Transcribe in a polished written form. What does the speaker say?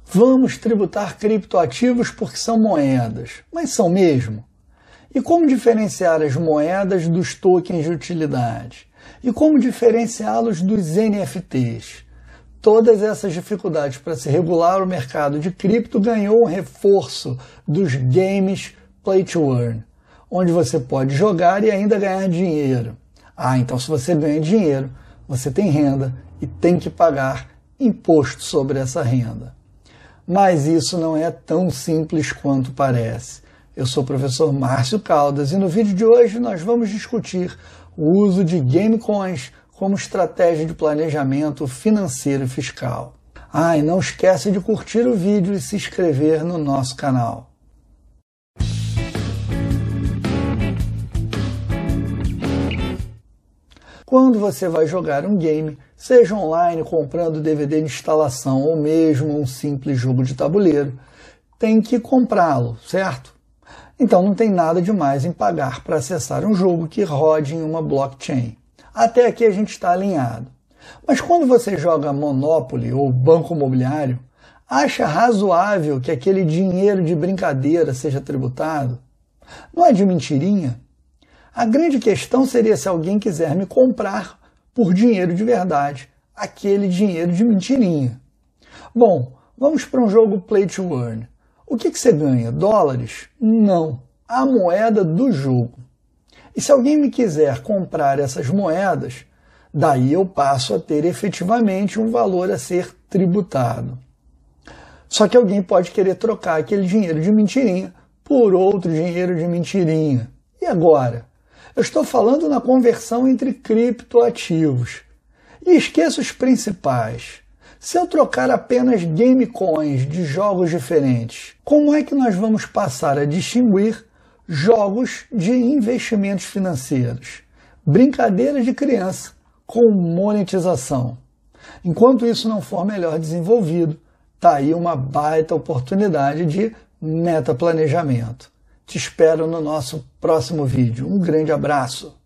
Vamos tributar criptoativos porque são moedas, mas são mesmo? E como diferenciar as moedas dos tokens de utilidade? E como diferenciá-los dos NFTs? Todas essas dificuldades para se regular o mercado de cripto ganhou um reforço dos games Play to Earn, onde você pode jogar e ainda ganhar dinheiro. Então se você ganha dinheiro, você tem renda e tem que pagar imposto sobre essa renda. Mas isso não é tão simples quanto parece. Eu sou o professor Márcio Caldas e no vídeo de hoje nós vamos discutir o uso de gamecoins como estratégia de planejamento financeiro e fiscal. E não esquece de curtir o vídeo e se inscrever no nosso canal. Quando você vai jogar um game, seja online, comprando DVD de instalação ou mesmo um simples jogo de tabuleiro, tem que comprá-lo, certo? Então não tem nada demais em pagar para acessar um jogo que rode em uma blockchain. Até aqui a gente está alinhado. Mas quando você joga Monopoly ou Banco Imobiliário, acha razoável que aquele dinheiro de brincadeira seja tributado? Não é de mentirinha? A grande questão seria se alguém quiser me comprar por dinheiro de verdade, aquele dinheiro de mentirinha. Bom, vamos para um jogo Play to Earn. O que você ganha? Dólares? Não, a moeda do jogo. E se alguém me quiser comprar essas moedas, daí eu passo a ter efetivamente um valor a ser tributado. Só que alguém pode querer trocar aquele dinheiro de mentirinha por outro dinheiro de mentirinha. E agora? Eu estou falando na conversão entre criptoativos. E esqueça os principais. Se eu trocar apenas gamecoins de jogos diferentes, como é que nós vamos passar a distinguir jogos de investimentos financeiros? Brincadeiras de criança com monetização. Enquanto isso não for melhor desenvolvido, está aí uma baita oportunidade de metaplanejamento. Te espero no nosso próximo vídeo. Um grande abraço!